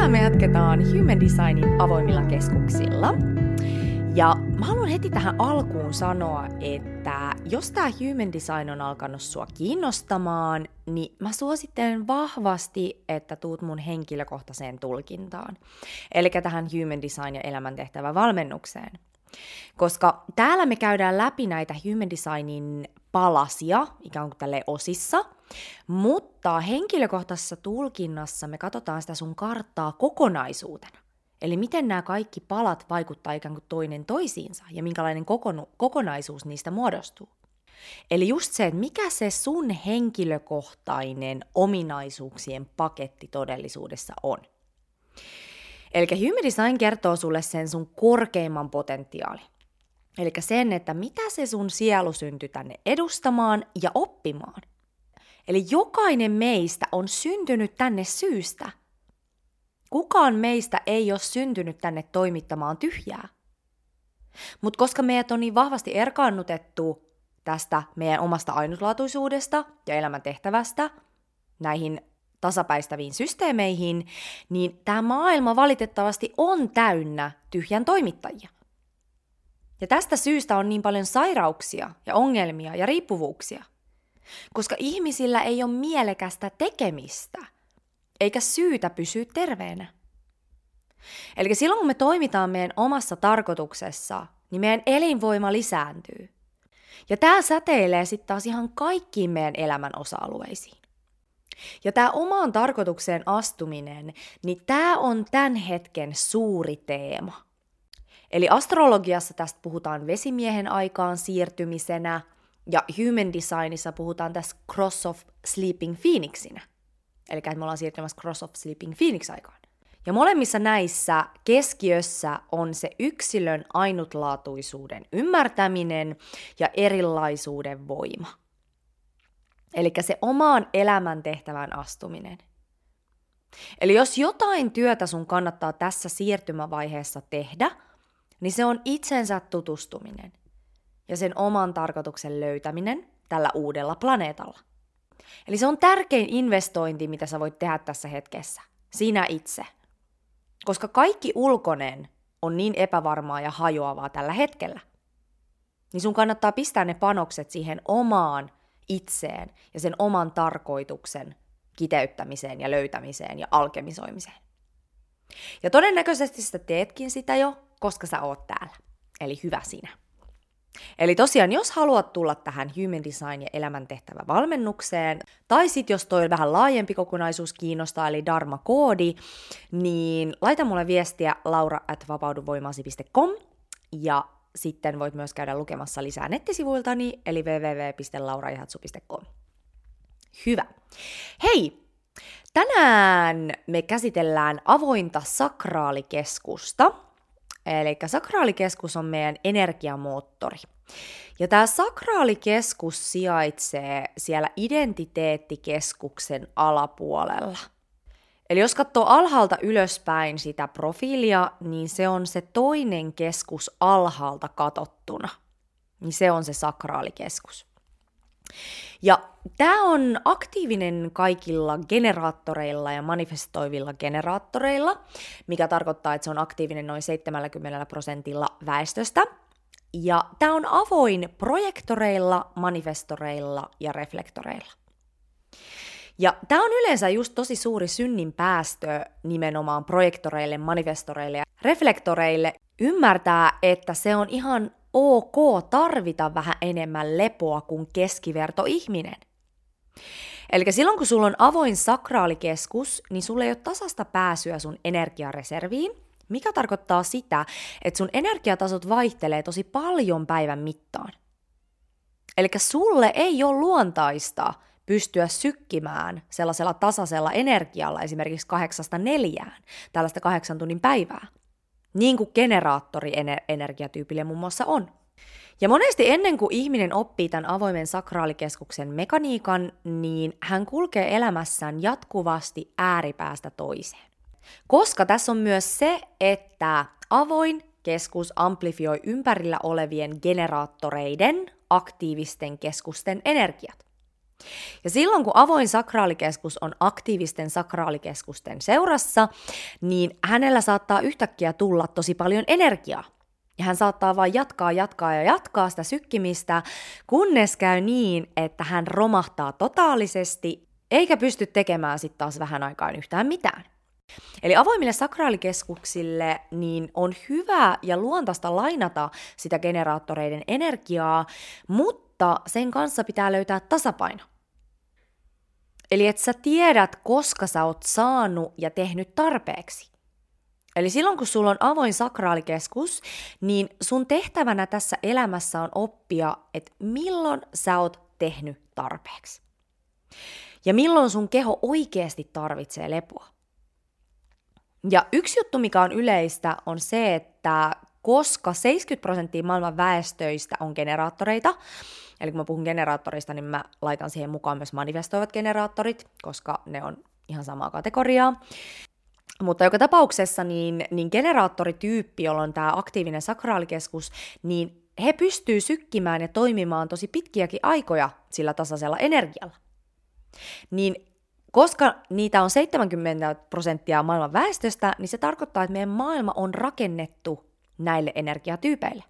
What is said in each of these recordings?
Tänään me jatketaan Human Designin avoimilla keskuksilla. Ja mä haluan heti tähän alkuun sanoa, että jos tää Human Design on alkanut sua kiinnostamaan, niin mä suosittelen vahvasti, että tuut mun henkilökohtaiseen tulkintaan. Eli tähän Human Design ja elämäntehtävä valmennukseen. Koska täällä me käydään läpi näitä Human Designin palasia, ikään kuin tälleen osissa, mutta henkilökohtaisessa tulkinnassa me katsotaan sitä sun karttaa kokonaisuutena. Eli miten nämä kaikki palat vaikuttaa ikään kuin toinen toisiinsa ja minkälainen kokonaisuus niistä muodostuu. Eli just se, että mikä se sun henkilökohtainen ominaisuuksien paketti todellisuudessa on. Eli Human Design kertoo sulle sen sun korkeimman potentiaali. Eli sen, että mitä se sun sielu syntyi tänne edustamaan ja oppimaan. Eli jokainen meistä on syntynyt tänne syystä. Kukaan meistä ei ole syntynyt tänne toimittamaan tyhjää. Mutta koska meidät on niin vahvasti erkaannutettu tästä meidän omasta ainutlaatuisuudesta ja elämäntehtävästä näihin tasapäistäviin systeemeihin, niin tämä maailma valitettavasti on täynnä tyhjän toimittajia. Ja tästä syystä on niin paljon sairauksia ja ongelmia ja riippuvuuksia, koska ihmisillä ei ole mielekästä tekemistä, eikä syytä pysyä terveenä. Eli silloin kun me toimitaan meidän omassa tarkoituksessa, niin meidän elinvoima lisääntyy. Ja tämä säteilee sitten taas ihan kaikkiin meidän elämän osa-alueisiin. Ja tämä omaan tarkoitukseen astuminen, niin tämä on tämän hetken suuri teema. Eli astrologiassa tästä puhutaan vesimiehen aikaan siirtymisenä, ja Human Designissa puhutaan tässä Cross of Sleeping Phoenixinä. Eli että me ollaan siirtymässä Cross of Sleeping Phoenix-aikaan. Ja molemmissa näissä keskiössä on se yksilön ainutlaatuisuuden ymmärtäminen ja erilaisuuden voima. Eli se omaan elämäntehtävään astuminen. Eli jos jotain työtä sun kannattaa tässä siirtymävaiheessa tehdä, niin se on itsensä tutustuminen ja sen oman tarkoituksen löytäminen tällä uudella planeetalla. Eli se on tärkein investointi, mitä sä voit tehdä tässä hetkessä, sinä itse. Koska kaikki ulkoinen on niin epävarmaa ja hajoavaa tällä hetkellä, niin sun kannattaa pistää ne panokset siihen omaan itseen ja sen oman tarkoituksen kiteyttämiseen ja löytämiseen ja alkemisoimiseen. Ja todennäköisesti sä teetkin sitä jo, koska sä oot täällä. Eli hyvä sinä. Eli tosiaan, jos haluat tulla tähän Human Design ja elämäntehtävä valmennukseen, tai sitten jos toi vähän laajempi kokonaisuus kiinnostaa, eli Dharma-koodi, niin laita mulle viestiä laura@vapauduvoimasi.com, ja sitten voit myös käydä lukemassa lisää nettisivuiltani, eli www.lauraihatsu.com. Hyvä. Hei! Tänään me käsitellään avointa sakraalikeskusta. Eli sakraalikeskus on meidän energiamoottori. Ja tämä sakraalikeskus sijaitsee siellä identiteettikeskuksen alapuolella. Eli jos katsoo alhaalta ylöspäin sitä profiilia, niin se on se toinen keskus alhaalta katsottuna. Niin se on se sakraalikeskus. Ja tämä on aktiivinen kaikilla generaattoreilla ja manifestoivilla generaattoreilla, mikä tarkoittaa, että se on aktiivinen noin 70% väestöstä. Ja tämä on avoin projektoreilla, manifestoreilla ja reflektoreilla. Ja tämä on yleensä just tosi suuri synnin päästö nimenomaan projektoreille, manifestoreille ja reflektoreille ymmärtää, että se on ihan ok tarvita vähän enemmän lepoa kuin keskivertoihminen. Eli silloin kun sulla on avoin sakraalikeskus, niin sulla ei ole tasasta pääsyä sun energiareserviin, mikä tarkoittaa sitä, että sun energiatasot vaihtelee tosi paljon päivän mittaan. Eli sulle ei ole luontaista pystyä sykkimään sellaisella tasaisella energialla esimerkiksi 8–4, tällaista 8 tunnin päivää. Niin kuin generaattori-energiatyypille muun muassa on. Ja monesti ennen kuin ihminen oppii tämän avoimen sakraalikeskuksen mekaniikan, niin hän kulkee elämässään jatkuvasti ääripäästä toiseen. Koska tässä on myös se, että avoin keskus amplifioi ympärillä olevien generaattoreiden aktiivisten keskusten energiat. Ja silloin kun avoin sakraalikeskus on aktiivisten sakraalikeskusten seurassa, niin hänellä saattaa yhtäkkiä tulla tosi paljon energiaa. Ja hän saattaa vain jatkaa sitä sykkimistä, kunnes käy niin, että hän romahtaa totaalisesti, eikä pysty tekemään sitten taas vähän aikaan yhtään mitään. Eli avoimille sakraalikeskuksille niin on hyvä ja luontaista lainata sitä generaattoreiden energiaa, mutta sen kanssa pitää löytää tasapaino. Eli että sä tiedät, koska sä oot saanut ja tehnyt tarpeeksi. Eli silloin, kun sulla on avoin sakraalikeskus, niin sun tehtävänä tässä elämässä on oppia, että milloin sä oot tehnyt tarpeeksi. Ja milloin sun keho oikeasti tarvitsee lepoa. Ja yksi juttu, mikä on yleistä, on se, että koska 70% maailman väestöistä on generaattoreita, eli kun mä puhun generaattoreista, niin mä laitan siihen mukaan myös manifestoivat generaattorit, koska ne on ihan samaa kategoriaa. Mutta joka tapauksessa niin generaattorityyppi, jolla on tämä aktiivinen sakraalikeskus, niin he pystyy sykkimään ja toimimaan tosi pitkiäkin aikoja sillä tasaisella energialla. Niin koska niitä on 70% maailman väestöstä, niin se tarkoittaa, että meidän maailma on rakennettu näille energiatyypeille.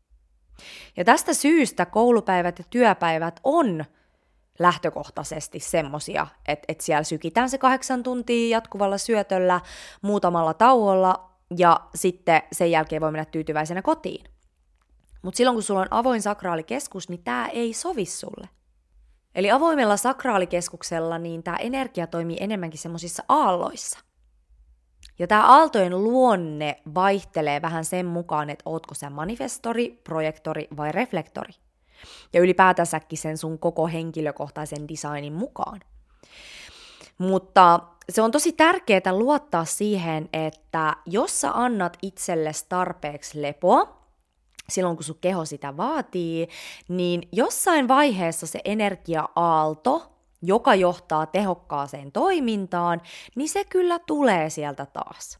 Ja tästä syystä koulupäivät ja työpäivät on lähtökohtaisesti semmosia, että siellä sykitään se 8 tuntia jatkuvalla syötöllä, muutamalla tauolla ja sitten sen jälkeen voi mennä tyytyväisenä kotiin. Mutta silloin kun sulla on avoin sakraalikeskus, niin tämä ei sovi sulle. Eli avoimella sakraalikeskuksella niin tämä energia toimii enemmänkin semmoisissa aalloissa. Ja tämä aaltojen luonne vaihtelee vähän sen mukaan, että ootko sä manifestori, projektori vai reflektori. Ja ylipäätänsäkin sen sun koko henkilökohtaisen designin mukaan. Mutta se on tosi tärkeää luottaa siihen, että jos sä annat itsellesi tarpeeksi lepoa, silloin kun sun keho sitä vaatii, niin jossain vaiheessa se energia-aalto, joka johtaa tehokkaaseen toimintaan, niin se kyllä tulee sieltä taas.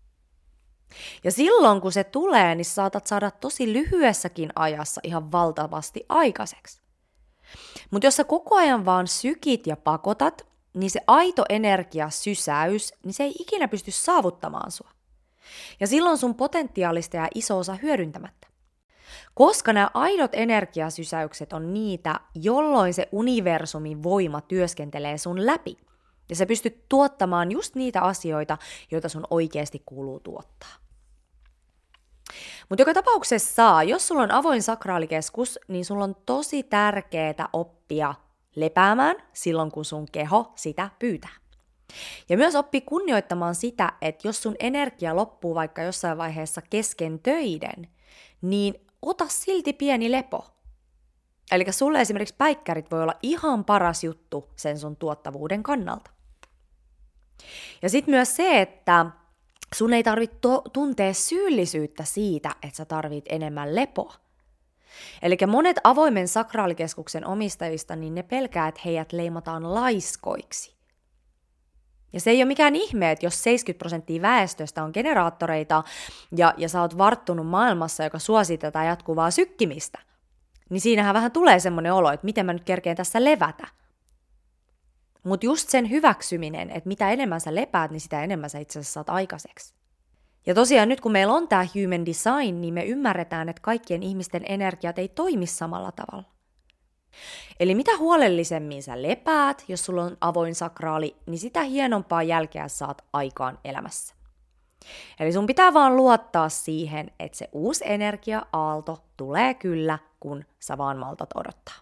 Ja silloin kun se tulee, niin saatat saada tosi lyhyessäkin ajassa ihan valtavasti aikaiseksi. Mutta jos sä koko ajan vaan sykit ja pakotat, niin se aito energiasysäys, niin se ei ikinä pysty saavuttamaan sua. Ja silloin sun potentiaalista jää iso osa hyödyntämättä. Koska nämä aidot energiasysäykset on niitä, jolloin se universumin voima työskentelee sun läpi. Ja sä pystyt tuottamaan just niitä asioita, joita sun oikeasti kuuluu tuottaa. Mutta joka tapauksessa, jos sulla on avoin sakraalikeskus, niin sulla on tosi tärkeää oppia lepäämään silloin, kun sun keho sitä pyytää. Ja myös oppi kunnioittamaan sitä, että jos sun energia loppuu vaikka jossain vaiheessa kesken töiden, niin ota silti pieni lepo. Eli sulle esimerkiksi päikkärit voi olla ihan paras juttu sen sun tuottavuuden kannalta. Ja sitten myös se, että sun ei tarvitse tuntea syyllisyyttä siitä, että sä tarvit enemmän lepoa. Eli monet avoimen sakraalikeskuksen omistajista, niin ne pelkää, että heidät leimataan laiskoiksi. Ja se ei ole mikään ihme, että jos 70% väestöstä on generaattoreita ja sä oot varttunut maailmassa, joka suosii tätä jatkuvaa sykkimistä, niin siinähän vähän tulee semmoinen olo, että miten mä nyt kerkeen tässä levätä. Mutta just sen hyväksyminen, että mitä enemmän sä lepäät, niin sitä enemmän sä itse asiassa saat aikaiseksi. Ja tosiaan nyt kun meillä on tämä human design, niin me ymmärretään, että kaikkien ihmisten energiat ei toimi samalla tavalla. Eli mitä huolellisemmin sä lepäät, jos sulla on avoin sakraali, niin sitä hienompaa jälkeä saat aikaan elämässä. Eli sun pitää vaan luottaa siihen, että se uusi energia-aalto tulee kyllä, kun sä vaan maltat odottaa.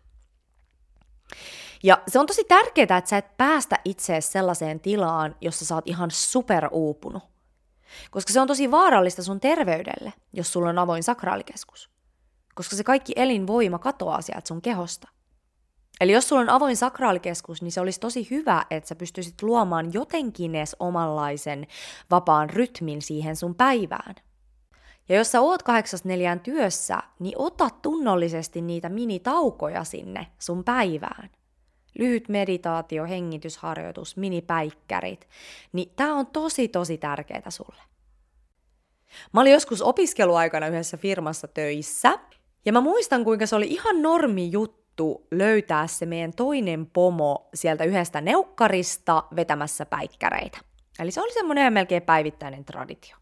Ja se on tosi tärkeää, että sä et päästä itseesi sellaiseen tilaan, jossa sä oot ihan superuupunut. Koska se on tosi vaarallista sun terveydelle, jos sulla on avoin sakraalikeskus. Koska se kaikki elinvoima katoaa sieltä sun kehosta. Eli jos sulla on avoin sakraalikeskus, niin se olisi tosi hyvä, että sä pystyisit luomaan jotenkin edes omanlaisen vapaan rytmin siihen sun päivään. Ja jos sä oot 8-4 työssä, niin ota tunnollisesti niitä minitaukoja sinne sun päivään. Lyhyt meditaatio, hengitysharjoitus, minipäikkärit, niin tää on tosi tärkeää sulle. Mä olin joskus opiskeluaikana yhdessä firmassa töissä, ja mä muistan kuinka se oli ihan normi juttu, juttu löytää se meidän toinen pomo sieltä yhdestä neukkarista vetämässä päikkäreitä. Eli se oli semmoinen ihan melkein päivittäinen traditio.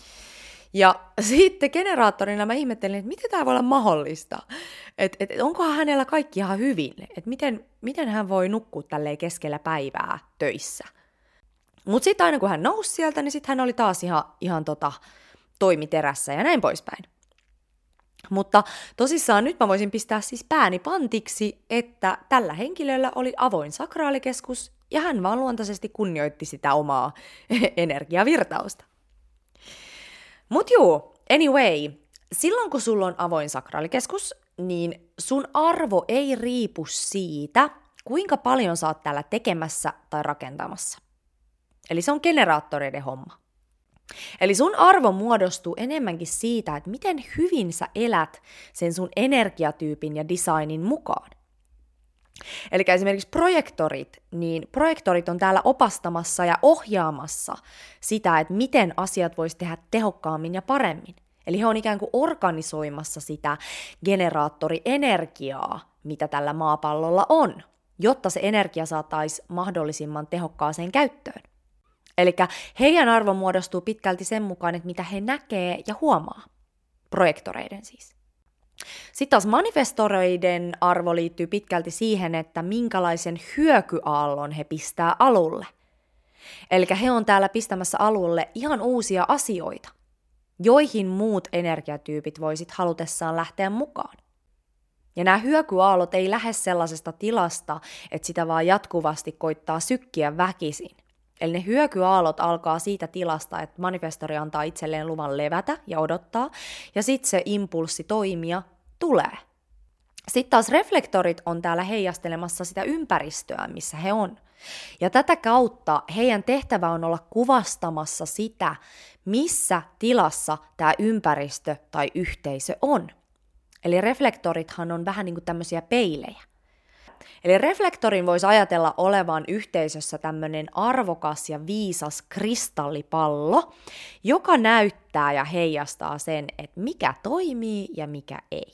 Ja sitten generaattorina mä ihmettelin, että miten tämä voi olla mahdollista. Että onkohan hänellä kaikki ihan hyvin. Että miten hän voi nukkua tälleen keskellä päivää töissä. Mutta sitten aina kun hän nousi sieltä, niin sitten hän oli taas ihan toimiterässä ja näin poispäin. Mutta tosissaan nyt mä voisin pistää siis pääni pantiksi, että tällä henkilöllä oli avoin sakraalikeskus ja hän vaan luontaisesti kunnioitti sitä omaa energiavirtausta. Mut juu, anyway, silloin kun sulla on avoin sakraalikeskus, niin sun arvo ei riipu siitä, kuinka paljon sä oot täällä tekemässä tai rakentamassa. Eli se on generaattoreiden homma. Eli sun arvo muodostuu enemmänkin siitä, että miten hyvin sä elät sen sun energiatyypin ja designin mukaan. Eli esimerkiksi projektorit on täällä opastamassa ja ohjaamassa sitä, että miten asiat vois tehdä tehokkaammin ja paremmin. Eli he on ikään kuin organisoimassa sitä generaattorienergiaa, mitä tällä maapallolla on, jotta se energia saataisiin mahdollisimman tehokkaaseen käyttöön. Eli heidän arvo muodostuu pitkälti sen mukaan, että mitä he näkee ja huomaa. Projektoreiden siis. Sitten taas manifestoroiden arvo liittyy pitkälti siihen, että minkälaisen hyökyaallon he pistää alulle. Eli he on täällä pistämässä alulle ihan uusia asioita, joihin muut energiatyypit voisit halutessaan lähteä mukaan. Ja nämä hyökyaallot ei lähde sellaisesta tilasta, että sitä vaan jatkuvasti koittaa sykkiä väkisin. Eli ne hyökyaallot alkaa siitä tilasta, että manifestori antaa itselleen luvan levätä ja odottaa, ja sitten se impulssi toimia tulee. Sitten taas reflektorit on täällä heijastelemassa sitä ympäristöä, missä he on. Ja tätä kautta heidän tehtävä on olla kuvastamassa sitä, missä tilassa tämä ympäristö tai yhteisö on. Eli reflektorithan on vähän niin kuin tämmöisiä peilejä. Eli reflektorin voisi ajatella olevan yhteisössä tämmöinen arvokas ja viisas kristallipallo, joka näyttää ja heijastaa sen, että mikä toimii ja mikä ei.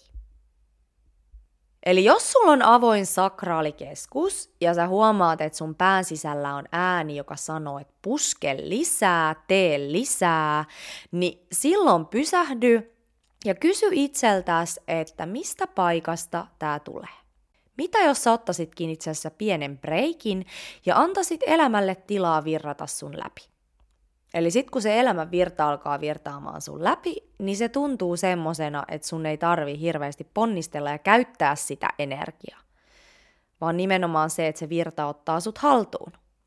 Eli jos sulla on avoin sakraalikeskus ja sä huomaat, että sun pään sisällä on ääni, joka sanoo, että puske lisää, tee lisää, niin silloin pysähdy ja kysy itseltäsi, että mistä paikasta tää tulee. Mitä jos sä ottasitkin itse asiassa pienen breikin ja antaisit elämälle tilaa virrata sun läpi? Eli sit kun se elämän virta alkaa virtaamaan sun läpi, niin se tuntuu semmosena, että sun ei tarvi hirveästi ponnistella ja käyttää sitä energiaa. Vaan nimenomaan se, että se virta ottaa sut haltuun.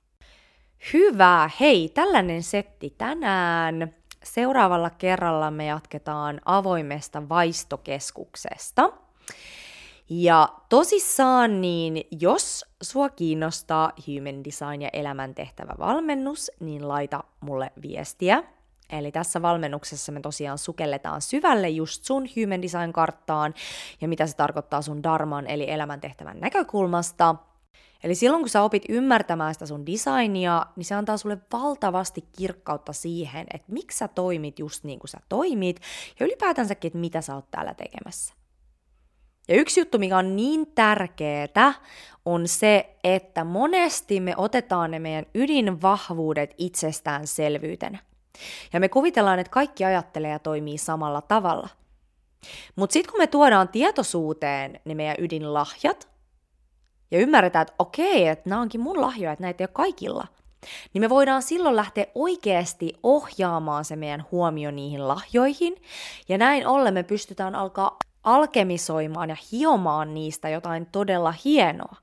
Hyvä, hei, tällainen setti tänään. Seuraavalla kerralla me jatketaan avoimesta vaistokeskuksesta. Ja tosissaan, niin jos sua kiinnostaa Human Design ja elämäntehtävä valmennus, niin laita mulle viestiä. Eli tässä valmennuksessa me tosiaan sukelletaan syvälle just sun Human Design-karttaan ja mitä se tarkoittaa sun dharman eli elämäntehtävän näkökulmasta. Eli silloin kun sä opit ymmärtämään sitä sun designia, niin se antaa sulle valtavasti kirkkautta siihen, että miksi sä toimit just niin kuin sä toimit ja ylipäätänsäkin, että mitä sä oot täällä tekemässä. Ja yksi juttu, mikä on niin tärkeää, on se, että monesti me otetaan ne meidän ydinvahvuudet itsestäänselvyytenä. Ja me kuvitellaan, että kaikki ajattelee ja toimii samalla tavalla. Mutta sitten kun me tuodaan tietoisuuteen ne meidän ydinlahjat, ja ymmärretään, että okei, että nämä onkin mun lahjoja, että näitä ei ole kaikilla, niin me voidaan silloin lähteä oikeasti ohjaamaan se meidän huomio niihin lahjoihin, ja näin ollen me pystytään alkaa alkemisoimaan ja hiomaan niistä jotain todella hienoa.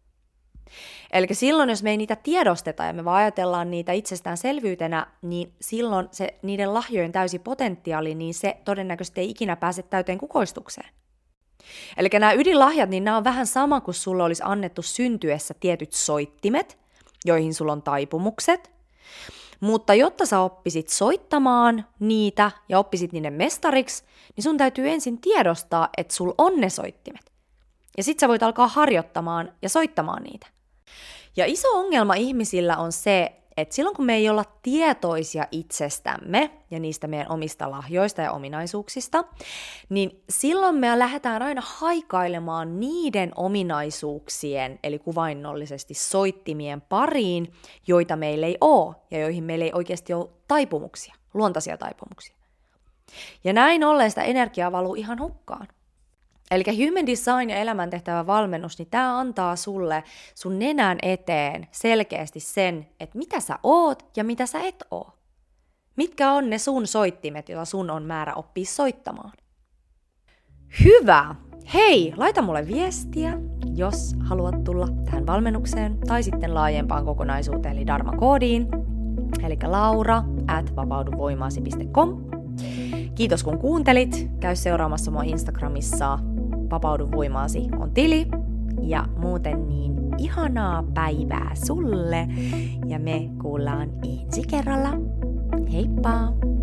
Eli silloin, jos me ei niitä tiedosteta ja me vaan ajatellaan niitä itsestäänselvyytenä, niin silloin se niiden lahjojen täysi potentiaali, niin se todennäköisesti ei ikinä pääse täyteen kukoistukseen. Eli nämä ydinlahjat, niin nämä on vähän sama kuin sulla olisi annettu syntyessä tietyt soittimet, joihin sulla on taipumukset. Mutta jotta sä oppisit soittamaan niitä ja oppisit niiden mestariksi, niin sun täytyy ensin tiedostaa, että sulla on ne soittimet. Ja sit sä voit alkaa harjoittamaan ja soittamaan niitä. Ja iso ongelma ihmisillä on se, että silloin kun me ei olla tietoisia itsestämme ja niistä meidän omista lahjoista ja ominaisuuksista, niin silloin me lähdetään aina haikailemaan niiden ominaisuuksien, eli kuvainnollisesti soittimien pariin, joita meillä ei ole ja joihin meillä ei oikeasti ole taipumuksia, luontaisia taipumuksia. Ja näin ollen sitä energiaa valuu ihan hukkaan. Eli Human Design ja elämäntehtävä valmennus, niin tämä antaa sulle sun nenän eteen selkeästi sen, että mitä sä oot ja mitä sä et oo. Mitkä on ne sun soittimet, joita sun on määrä oppia soittamaan. Hyvä! Hei, laita mulle viestiä, jos haluat tulla tähän valmennukseen tai sitten laajempaan kokonaisuuteen, eli Dharma-koodiin, eli laura@vapauduvoimaasi.com. Kiitos kun kuuntelit. Käy seuraamassa mua Instagramissa. Vapaudu voimaasi on tili. Ja muuten niin ihanaa päivää sulle. Ja me kuullaan ensi kerralla. Heippa!